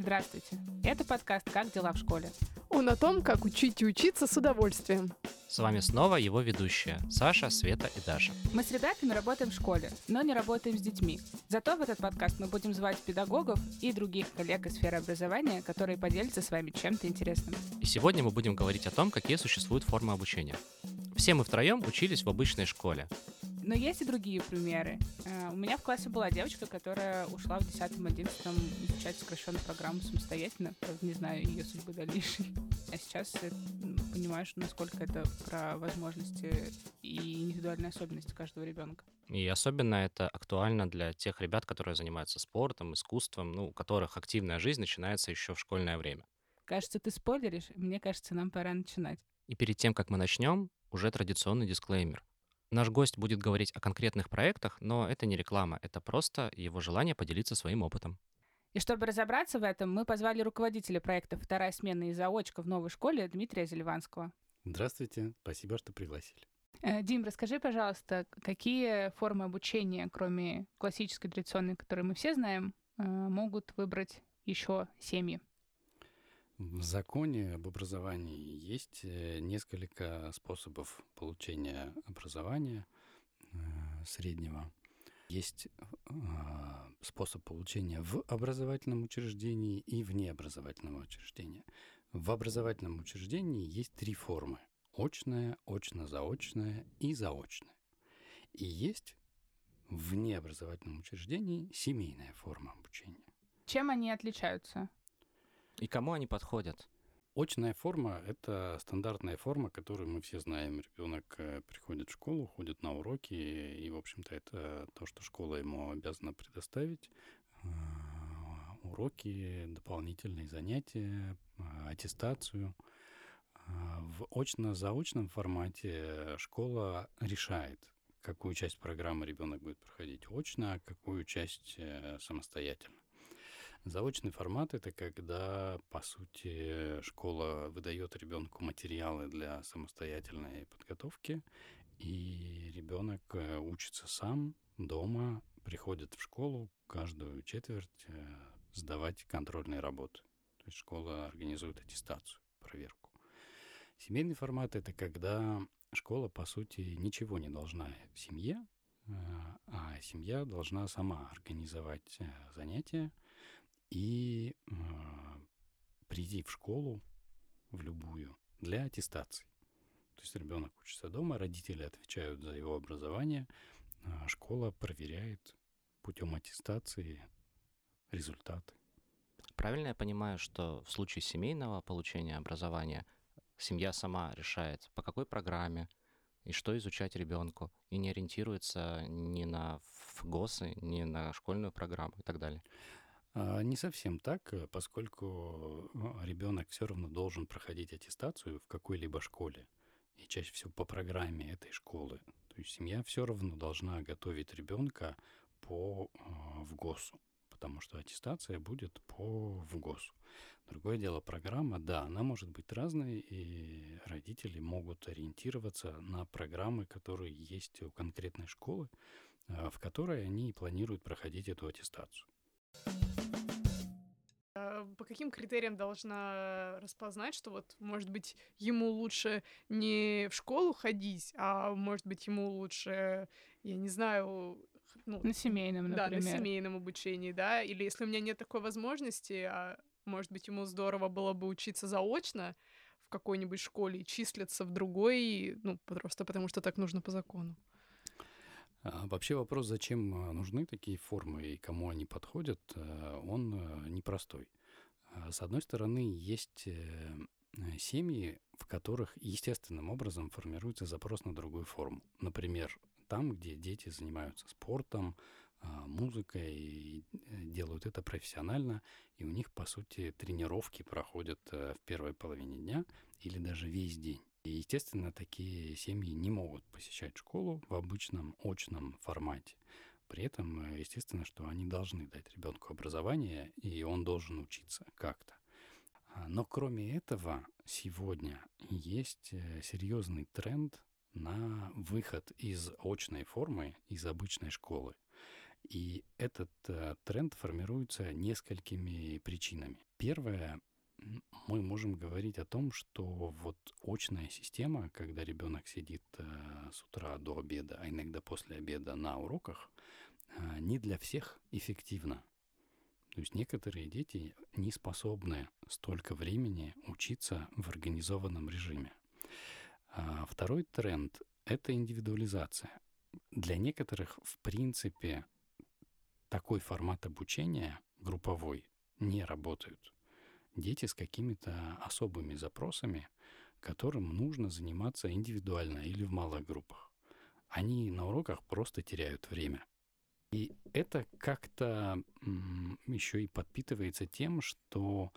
Здравствуйте. Это подкаст «Как дела в школе?». Он о том, как учить и учиться с удовольствием. С вами снова его ведущие Саша, Света и Даша. Мы с ребятами работаем в школе, но не работаем с детьми. Зато в этот подкаст мы будем звать педагогов и других коллег из сферы образования, которые поделятся с вами чем-то интересным. И сегодня мы будем говорить о том, какие существуют формы обучения. Все мы втроем учились в обычной школе. Но есть и другие примеры. У меня в классе была девочка, которая ушла в 10-11 изучать сокращенную программу самостоятельно. Правда, не знаю ее судьбы дальнейшей. А сейчас понимаешь, насколько это про возможности и индивидуальные особенности каждого ребенка. И особенно это актуально для тех ребят, которые занимаются спортом, искусством, у которых активная жизнь начинается еще в школьное время. Кажется, ты спойлеришь. Мне кажется, нам пора начинать. И перед тем, как мы начнем, уже традиционный дисклеймер. Наш гость будет говорить о конкретных проектах, но это не реклама, это просто его желание поделиться своим опытом. И чтобы разобраться в этом, мы позвали руководителя проекта «Вторая смена из заочка» в новой школе Дмитрия Зеливанского. Здравствуйте, спасибо, что пригласили. Дим, расскажи, пожалуйста, какие формы обучения, кроме классической, традиционной, которую мы все знаем, могут выбрать еще семьи? В законе об образовании есть несколько способов получения образования среднего. Есть способ получения в образовательном учреждении и вне образовательного учреждения. В образовательном учреждении есть три формы: очная, очно-заочная и заочная. И есть в необразовательном учреждении семейная форма обучения. Чем они отличаются? И кому они подходят? Очная форма — это стандартная форма, которую мы все знаем. Ребенок приходит в школу, ходит на уроки, и, в общем-то, это то, что школа ему обязана предоставить. Уроки, дополнительные занятия, аттестацию. В очно-заочном формате школа решает, какую часть программы ребенок будет проходить очно, а какую часть самостоятельно. Заочный формат — это когда, по сути, школа выдает ребенку материалы для самостоятельной подготовки, и ребенок учится сам дома, приходит в школу каждую четверть сдавать контрольные работы. То есть школа организует аттестацию, проверку. Семейный формат — это когда школа, по сути, ничего не должна в семье, а семья должна сама организовать занятия и прийти в школу, в любую, для аттестации. То есть ребенок учится дома, родители отвечают за его образование, а школа проверяет путем аттестации результаты. Правильно я понимаю, что в случае семейного получения образования семья сама решает, по какой программе и что изучать ребенку, и не ориентируется ни на ФГОСы, ни на школьную программу и так далее? Не совсем так, поскольку ребенок все равно должен проходить аттестацию в какой-либо школе, и чаще всего по программе этой школы. То есть семья все равно должна готовить ребенка по ВГОСу, потому что аттестация будет по ВГОСу. Другое дело, программа, да, она может быть разной, и родители могут ориентироваться на программы, которые есть у конкретной школы, в которой они планируют проходить эту аттестацию. По каким критериям должна распознать, что вот, может быть, ему лучше не в школу ходить, а может быть, ему лучше, я не знаю, На семейном, да, на например. семейном обучении, да, или если у меня нет такой возможности, может быть, ему здорово было бы учиться заочно в какой-нибудь школе и числиться в другой, просто потому что так нужно по закону. Вообще вопрос, зачем нужны такие формы и кому они подходят, он непростой. С одной стороны, есть семьи, в которых естественным образом формируется запрос на другую форму. Например, там, где дети занимаются спортом, музыкой, и делают это профессионально, и у них, по сути, тренировки проходят в первой половине дня или даже весь день. И, естественно, такие семьи не могут посещать школу в обычном очном формате. При этом, естественно, что они должны дать ребенку образование, и он должен учиться как-то. Но кроме этого, сегодня есть серьезный тренд на выход из очной формы, из обычной школы. И этот тренд формируется несколькими причинами. Первое, мы можем говорить о том, что вот очная система, когда ребенок сидит с утра до обеда, а иногда после обеда на уроках, не для всех эффективна. То есть некоторые дети не способны столько времени учиться в организованном режиме. Второй тренд — это индивидуализация. Для некоторых, в принципе, такой формат обучения групповой не работает. Дети с какими-то особыми запросами, которым нужно заниматься индивидуально или в малых группах. Они на уроках просто теряют время. И это как-то еще и подпитывается тем, что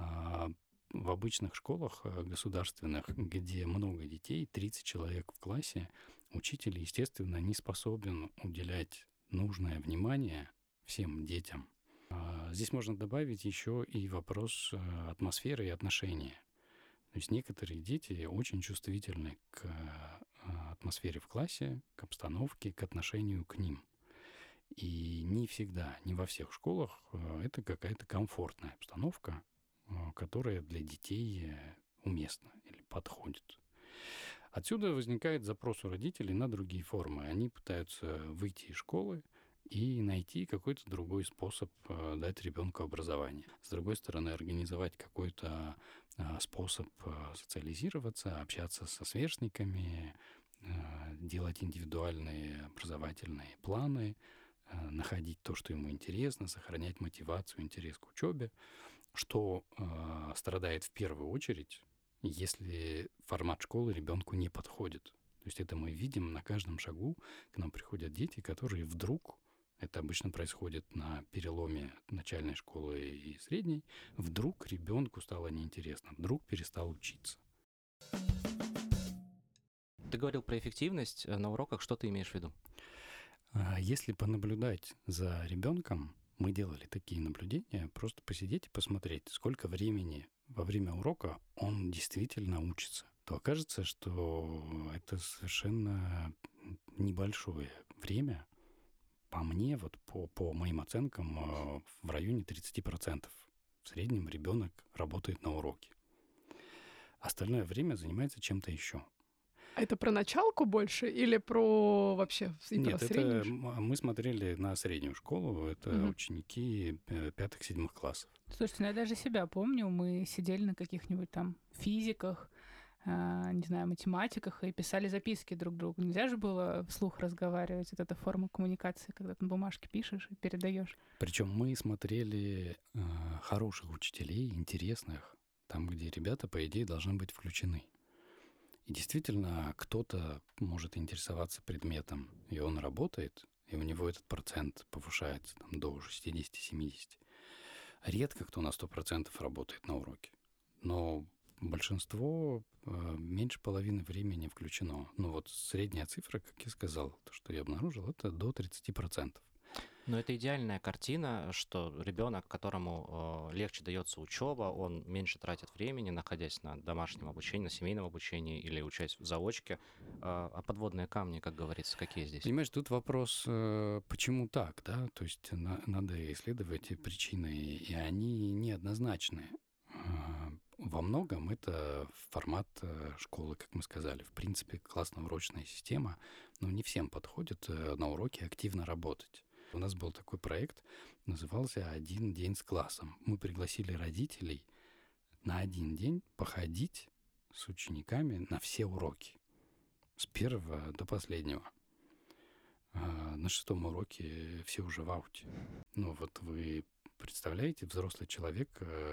в обычных школах государственных, где много детей, 30 человек в классе, учитель, естественно, не способен уделять нужное внимание всем детям. Здесь можно добавить еще и вопрос атмосферы и отношения. То есть некоторые дети очень чувствительны к атмосфере в классе, к обстановке, к отношению к ним. И не всегда, не во всех школах это какая-то комфортная обстановка, которая для детей уместна или подходит. Отсюда возникает запрос у родителей на другие формы. Они пытаются выйти из школы и найти какой-то другой способ дать ребенку образование. С другой стороны, организовать какой-то способ социализироваться, общаться со сверстниками, делать индивидуальные образовательные планы, находить то, что ему интересно, сохранять мотивацию, интерес к учебе, что страдает в первую очередь, если формат школы ребенку не подходит. То есть это мы видим на каждом шагу. К нам приходят дети, которые вдруг, это обычно происходит на переломе начальной школы и средней, вдруг ребенку стало неинтересно, вдруг перестал учиться. Ты говорил про эффективность на уроках, что ты имеешь в виду? Если понаблюдать за ребенком, мы делали такие наблюдения, просто посидеть и посмотреть, сколько времени во время урока он действительно учится, то окажется, что это совершенно небольшое время. По мне, вот по моим оценкам, в районе 30%. В среднем ребенок работает на уроке. Остальное время занимается чем-то еще. А это про началку больше или про вообще и Нет, про это среднюю? мы смотрели на среднюю школу. Это ученики 5-7 классов. Слушайте, ну я даже себя помню, мы сидели на каких-нибудь там физиках, не знаю, математиках и писали записки друг другу. Нельзя же было вслух разговаривать. Вот эта форма коммуникации, когда ты на бумажке пишешь и передаешь. Причем мы смотрели хороших учителей, интересных, там, где ребята, по идее, должны быть включены. И действительно, кто-то может интересоваться предметом, и он работает, и у него этот процент повышается там, до 60-70. Редко кто на 100% работает на уроке. Но большинство меньше половины времени включено. Ну вот средняя цифра, как я сказал, то, что я обнаружил, это до 30%. Но это идеальная картина, что ребенок, которому легче дается учеба, он меньше тратит времени, находясь на домашнем обучении, на семейном обучении или учась в заочке. А подводные камни, как говорится, какие здесь? Понимаешь, тут вопрос, почему так, да? То есть надо исследовать причины, и они неоднозначные. Во многом это формат школы, как мы сказали. В принципе, классно-урочная система, но не всем подходит на уроке активно работать. У нас был такой проект, назывался «Один день с классом». Мы пригласили родителей на один день походить с учениками на все уроки. С первого до последнего. На 6-м уроке все уже в ауте. Ну вот вы представляете, взрослый человек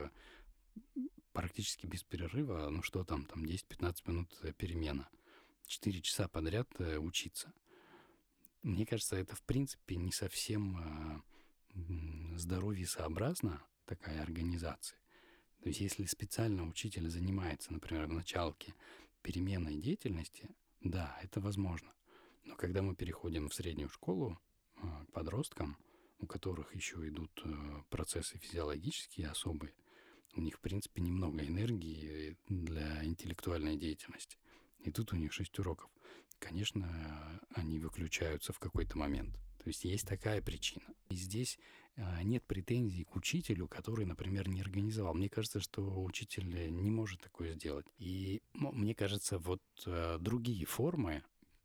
практически без перерыва, ну что там 10-15 минут перемена. 4 часа подряд учиться. Мне кажется, это в принципе не совсем здоровьесообразно, такая организация. То есть если специально учитель занимается, например, в началке переменной деятельности, да, это возможно. Но когда мы переходим в среднюю школу к подросткам, у которых еще идут процессы физиологические особые, у них, в принципе, немного энергии для интеллектуальной деятельности. И тут у них 6 уроков. Конечно, они выключаются в какой-то момент. То есть есть такая причина. И здесь нет претензий к учителю, который, например, не организовал. Мне кажется, что учитель не может такое сделать. И мне кажется, вот другие формы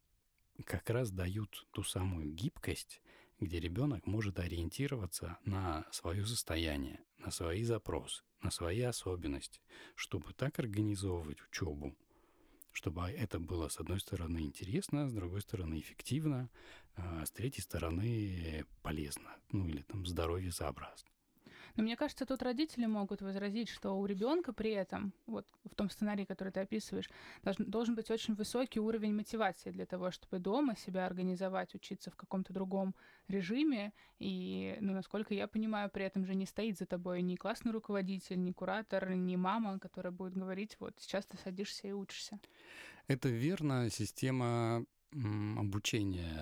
как раз дают ту самую гибкость, где ребенок может ориентироваться на свое состояние, на свои запросы, на свои особенности, чтобы так организовывать учебу, чтобы это было, с одной стороны, интересно, с другой стороны, эффективно, а с третьей стороны, полезно, ну или там здоровьезообразно. Но мне кажется, тут родители могут возразить, что у ребенка при этом, вот в том сценарии, который ты описываешь, должен быть очень высокий уровень мотивации для того, чтобы дома себя организовать, учиться в каком-то другом режиме. И, ну, насколько я понимаю, при этом же не стоит за тобой ни классный руководитель, ни куратор, ни мама, которая будет говорить, вот сейчас ты садишься и учишься. Это верно, система обучения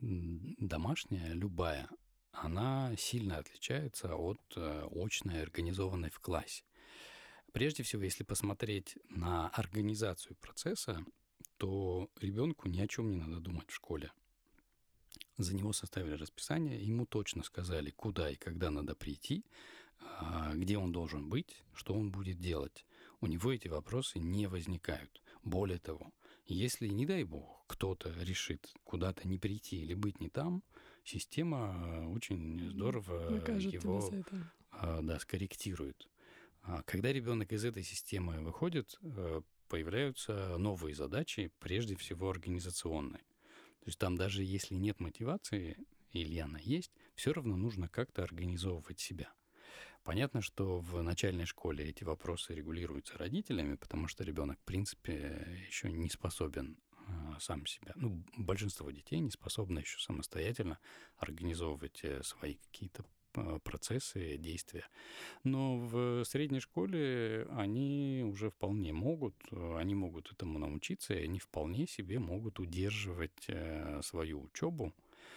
домашняя, любая, она сильно отличается от очной, организованной в классе. Прежде всего, если посмотреть на организацию процесса, то ребенку ни о чем не надо думать в школе. За него составили расписание, ему точно сказали, куда и когда надо прийти, где он должен быть, что он будет делать. У него эти вопросы не возникают. Более того, если, не дай бог, кто-то решит куда-то не прийти или быть не там, система очень здорово Накажет тебя его за это. скорректирует. Когда ребенок из этой системы выходит, появляются новые задачи, прежде всего организационные. То есть там даже если нет мотивации, или она есть, все равно нужно как-то организовывать себя. Понятно, что в начальной школе эти вопросы регулируются родителями, потому что ребенок, в принципе, еще не способен сам себя. Ну, большинство детей не способны еще самостоятельно организовывать свои какие-то процессы, действия. Но в средней школе они уже вполне могут, они могут этому научиться, и они вполне себе могут удерживать свою учебу,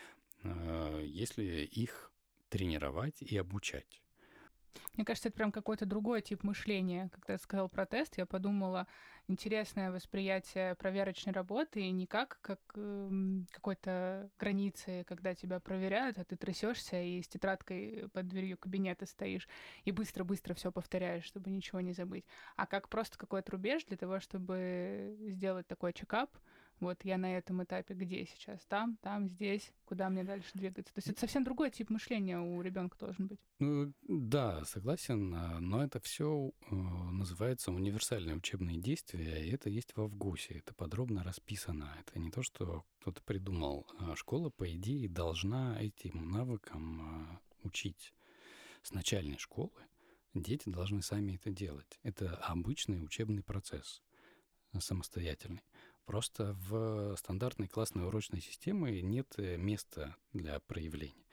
если их тренировать и обучать. Мне кажется, это прям какой-то другой тип мышления. Когда ты сказал про тест, я подумала, интересное восприятие проверочной работы, и не как какой-то границы, когда тебя проверяют, а ты трясешься и с тетрадкой под дверью кабинета стоишь и быстро-быстро все повторяешь, чтобы ничего не забыть. А как просто какой-то рубеж для того, чтобы сделать такой чекап. Вот я на этом этапе где сейчас? Там, здесь, куда мне дальше двигаться? То есть это совсем другой тип мышления у ребенка должен быть. Ну, да, согласен, но это все называется универсальные учебные действия, и это есть во ВГУСе, это подробно расписано. Это не то, что кто-то придумал. Школа, по идее, должна этим навыкам учить. С начальной школы дети должны сами это делать. Это обычный учебный процесс самостоятельный. Просто в стандартной классной урочной системе нет места для проявления.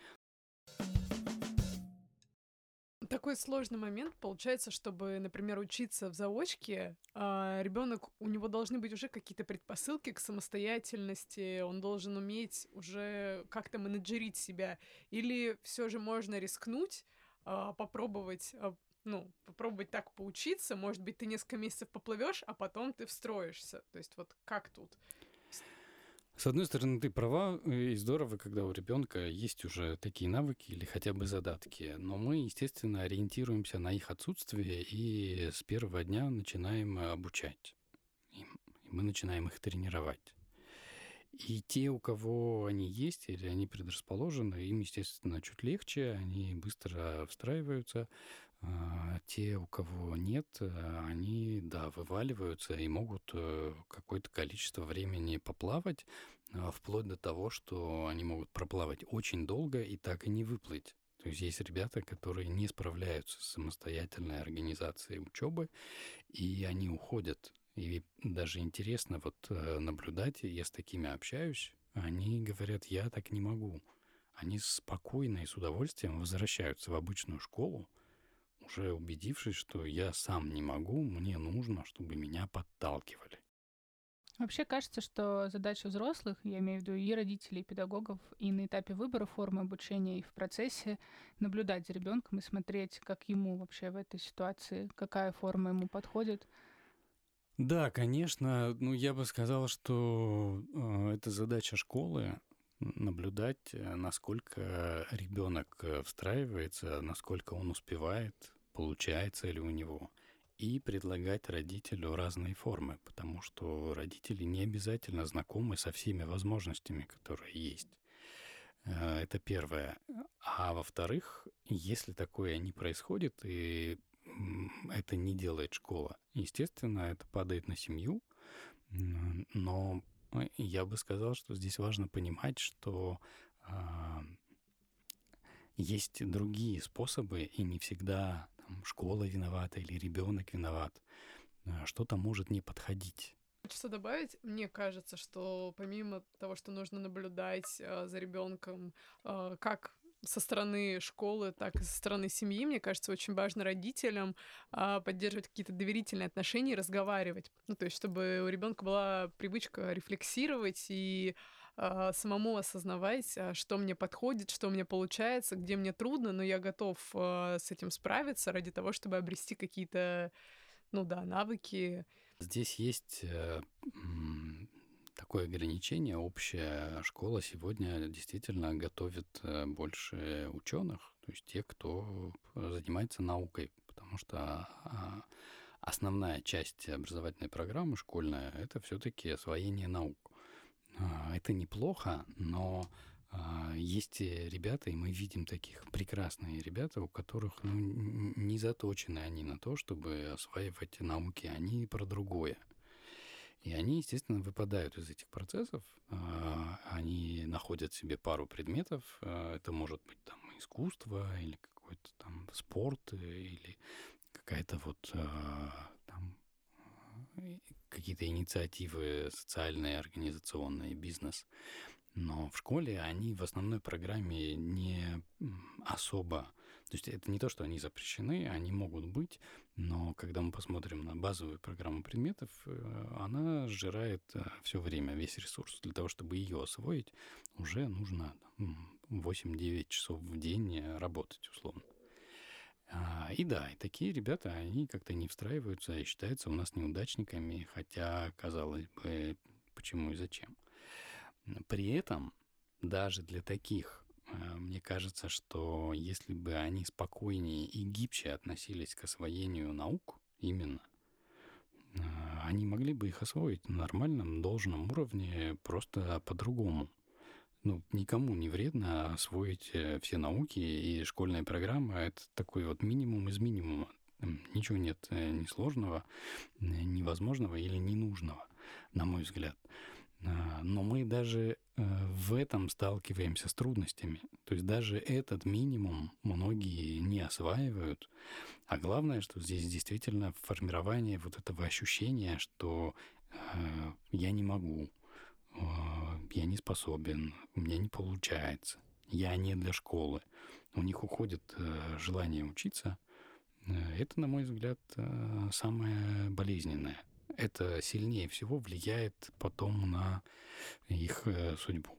Такой сложный момент получается, чтобы, например, учиться в заочке, ребенок, у него должны быть уже какие-то предпосылки к самостоятельности, он должен уметь уже как-то менеджерить себя, или все же можно рискнуть, попробовать так поучиться, может быть, ты несколько месяцев поплывешь, а потом ты встроишься. То есть вот как тут? С одной стороны, ты права, и здорово, когда у ребенка есть уже такие навыки или хотя бы задатки, но мы, естественно, ориентируемся на их отсутствие и с первого дня начинаем обучать. И мы начинаем их тренировать. И те, у кого они есть или они предрасположены, им, естественно, чуть легче, они быстро встраиваются. Те, у кого нет, они, да, вываливаются и могут какое-то количество времени поплавать, вплоть до того, что они могут проплавать очень долго и так и не выплыть. То есть есть ребята, которые не справляются с самостоятельной организацией учебы, и они уходят. И даже интересно вот наблюдать, я с такими общаюсь, они говорят, я так не могу. Они спокойно и с удовольствием возвращаются в обычную школу, уже убедившись, что я сам не могу, мне нужно, чтобы меня подталкивали. Вообще кажется, что задача взрослых, я имею в виду и родителей, и педагогов, и на этапе выбора формы обучения, и в процессе наблюдать за ребенком и смотреть, как ему вообще в этой ситуации, какая форма ему подходит. Да, конечно. Ну, я бы сказал, что это задача школы наблюдать, насколько ребенок встраивается, насколько он успевает, получается ли у него, и предлагать родителю разные формы, потому что родители не обязательно знакомы со всеми возможностями, которые есть. Это первое. А во-вторых, если такое не происходит, и это не делает школа, естественно, это падает на семью, но я бы сказал, что здесь важно понимать, что есть другие способы, и не всегда школа виновата или ребенок виноват. Что-то может не подходить. Хочется добавить, мне кажется, что помимо того, что нужно наблюдать за ребенком, как со стороны школы, так и со стороны семьи, мне кажется, очень важно родителям поддерживать какие-то доверительные отношения и разговаривать. Ну, то есть, чтобы у ребенка была привычка рефлексировать и самому осознавать, что мне подходит, что мне получается, где мне трудно, но я готов с этим справиться ради того, чтобы обрести какие-то, ну да, навыки. Здесь есть такое ограничение. Общая школа сегодня действительно готовит больше ученых, то есть те, кто занимается наукой, потому что основная часть образовательной программы школьная — это все-таки освоение наук. Это неплохо, но есть ребята, и мы видим таких прекрасные ребята, у которых не заточены они на то, чтобы осваивать науки, они про другое. И они, естественно, выпадают из этих процессов, они находят себе пару предметов, это может быть там искусство или какой-то там спорт, или какая-то вот там какие-то инициативы социальные, организационные, бизнес. Но в школе они в основной программе не особо... То есть это не то, что они запрещены, они могут быть, но когда мы посмотрим на базовую программу предметов, она сжирает все время, весь ресурс. Для того, чтобы ее освоить, уже нужно 8-9 часов в день работать, условно. И да, и такие ребята, они как-то не встраиваются и считаются у нас неудачниками, хотя, казалось бы, почему и зачем. При этом даже для таких, мне кажется, что если бы они спокойнее и гибче относились к освоению наук именно, они могли бы их освоить на нормальном, должном уровне, просто по-другому. Ну, никому не вредно освоить все науки, и школьная программа — это такой вот минимум из минимума. Ничего нет ни сложного, невозможного или ненужного, на мой взгляд. Но мы даже в этом сталкиваемся с трудностями. То есть даже этот минимум многие не осваивают. А главное, что здесь действительно формирование вот этого ощущения, что я не могу, я не способен, у меня не получается, я не для школы. У них уходит желание учиться. Это, на мой взгляд, самое болезненное. Это сильнее всего влияет потом на их судьбу.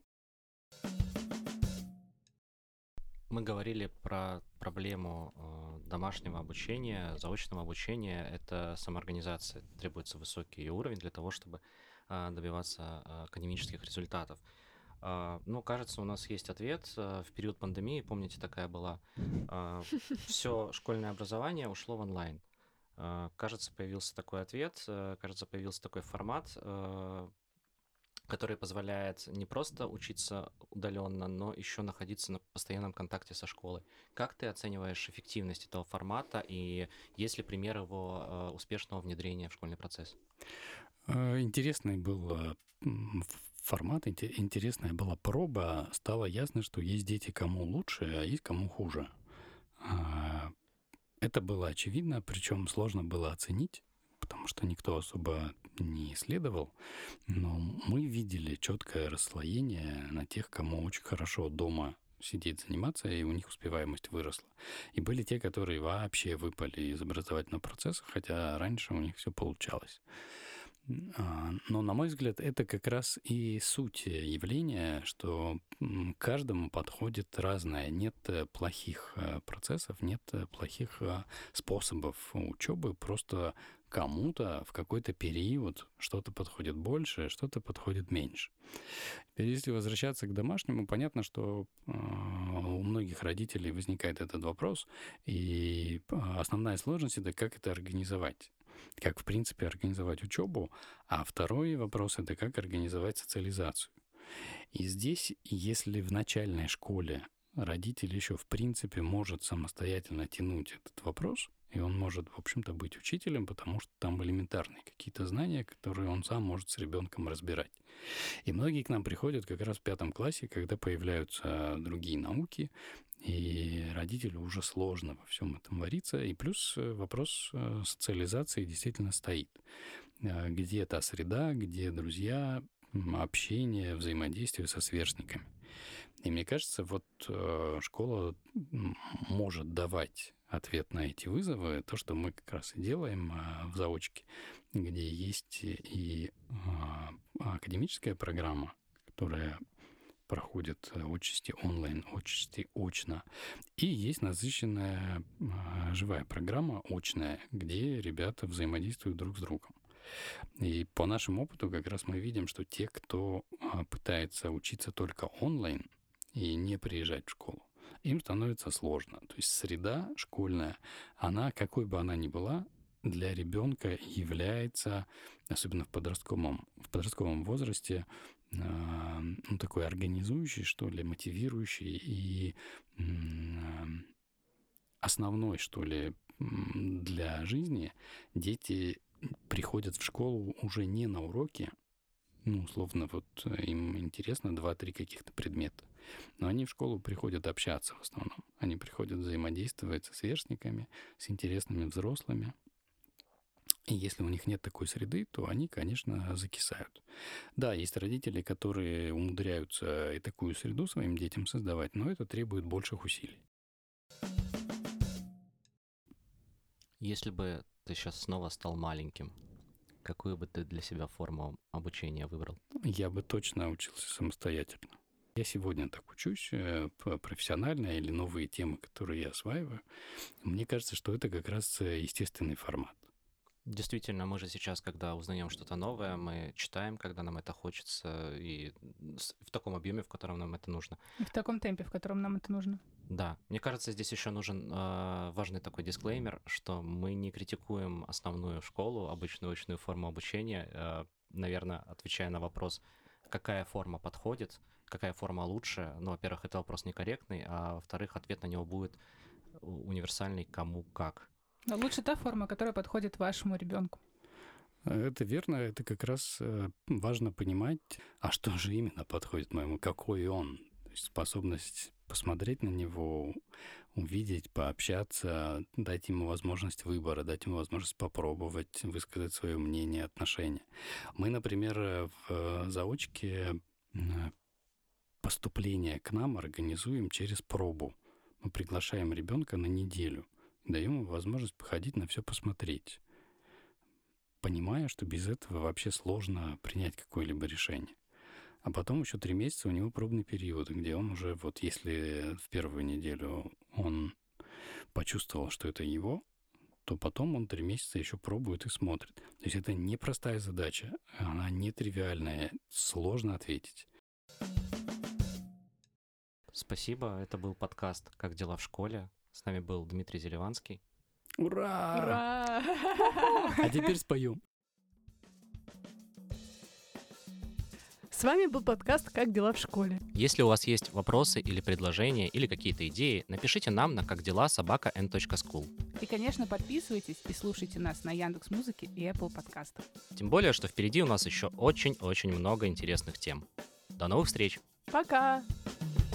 Мы говорили про проблему домашнего обучения, заочного обучения. Это самоорганизация. Требуется высокий уровень для того, чтобы добиваться академических результатов. Ну, кажется, у нас есть ответ. В период пандемии, помните, такая была, все школьное образование ушло в онлайн. Кажется, появился такой ответ, кажется, появился такой формат, который позволяет не просто учиться удаленно, но еще находиться на постоянном контакте со школой. Как ты оцениваешь эффективность этого формата, и есть ли пример его успешного внедрения в школьный процесс? Интересный был формат, интересная была проба. Стало ясно, что есть дети, кому лучше, а есть кому хуже. Это было очевидно, причем сложно было оценить, потому что никто особо не исследовал. Но мы видели четкое расслоение на тех, кому очень хорошо дома сидеть, заниматься, и у них успеваемость выросла. И были те, которые вообще выпали из образовательного процесса, хотя раньше у них все получалось. Но, на мой взгляд, это как раз и суть явления, что каждому подходит разное. Нет плохих процессов, нет плохих способов учебы, просто кому-то в какой-то период что-то подходит больше, что-то подходит меньше. Теперь, если возвращаться к домашнему, понятно, что у многих родителей возникает этот вопрос, и основная сложность — это как это организовать. Как, в принципе, организовать учебу, а второй вопрос — это как организовать социализацию. И здесь, если в начальной школе родитель еще, в принципе, может самостоятельно тянуть этот вопрос, и он может, в общем-то, быть учителем, потому что там элементарные какие-то знания, которые он сам может с ребенком разбирать. И многие к нам приходят как раз в 5 классе, когда появляются другие науки, и родителю уже сложно во всем этом вариться. И плюс вопрос социализации действительно стоит. Где та среда, где друзья, общение, взаимодействие со сверстниками. И мне кажется, вот школа может давать ответ на эти вызовы, то, что мы как раз и делаем в заочке, где есть и академическая программа, которая проходит отчасти онлайн, отчасти очно, и есть насыщенная живая программа очная, где ребята взаимодействуют друг с другом. И по нашему опыту как раз мы видим, что те, кто пытается учиться только онлайн и не приезжать в школу, им становится сложно. То есть среда школьная, она, какой бы она ни была, для ребенка является, особенно в подростковом возрасте, такой организующий, что ли, мотивирующий и основной, что ли, для жизни. Дети приходят в школу уже не на уроки, условно, вот им интересно 2-3 каких-то предмета, но они в школу приходят общаться в основном. Они приходят взаимодействовать со сверстниками, с интересными взрослыми. И если у них нет такой среды, то они, конечно, закисают. Да, есть родители, которые умудряются и такую среду своим детям создавать, но это требует больших усилий. Если бы ты сейчас снова стал маленьким, какую бы ты для себя форму обучения выбрал? Я бы точно учился самостоятельно. Я сегодня так учусь профессионально, или новые темы, которые я осваиваю. Мне кажется, что это как раз естественный формат. Действительно, мы же сейчас, когда узнаем что-то новое, мы читаем, когда нам это хочется, и в таком объеме, в котором нам это нужно. И в таком темпе, в котором нам это нужно. Да, мне кажется, здесь еще нужен важный такой дисклеймер, что мы не критикуем основную школу, обычную очную форму обучения, наверное, отвечая на вопрос, какая форма подходит, какая форма лучше. Ну, во-первых, это вопрос некорректный, а во-вторых, ответ на него будет универсальный кому как. Но лучше та форма, которая подходит вашему ребенку. Это верно, это как раз важно понимать, а что же именно подходит моему, какой он. То есть способность посмотреть на него, увидеть, пообщаться, дать ему возможность выбора, дать ему возможность попробовать, высказать свое мнение, отношение. Мы, например, в заочке поступление к нам организуем через пробу. Мы приглашаем ребенка на неделю, даем ему возможность походить на все посмотреть, понимая, что без этого вообще сложно принять какое-либо решение. А потом еще 3 месяца у него пробный период, где он уже, вот если в первую неделю он почувствовал, что это его, то потом он 3 месяца еще пробует и смотрит. То есть это непростая задача, она нетривиальная, сложно ответить. Спасибо, это был подкаст «Как дела в школе?». С нами был Дмитрий Зелеванский. Ура! Ура! А теперь споем. С вами был подкаст «Как дела в школе?». Если у вас есть вопросы или предложения, или какие-то идеи, напишите нам на какдела@n.school. И, конечно, подписывайтесь и слушайте нас на Яндекс.Музыке и Apple подкастах. Тем более, что впереди у нас еще очень-очень много интересных тем. До новых встреч! Пока!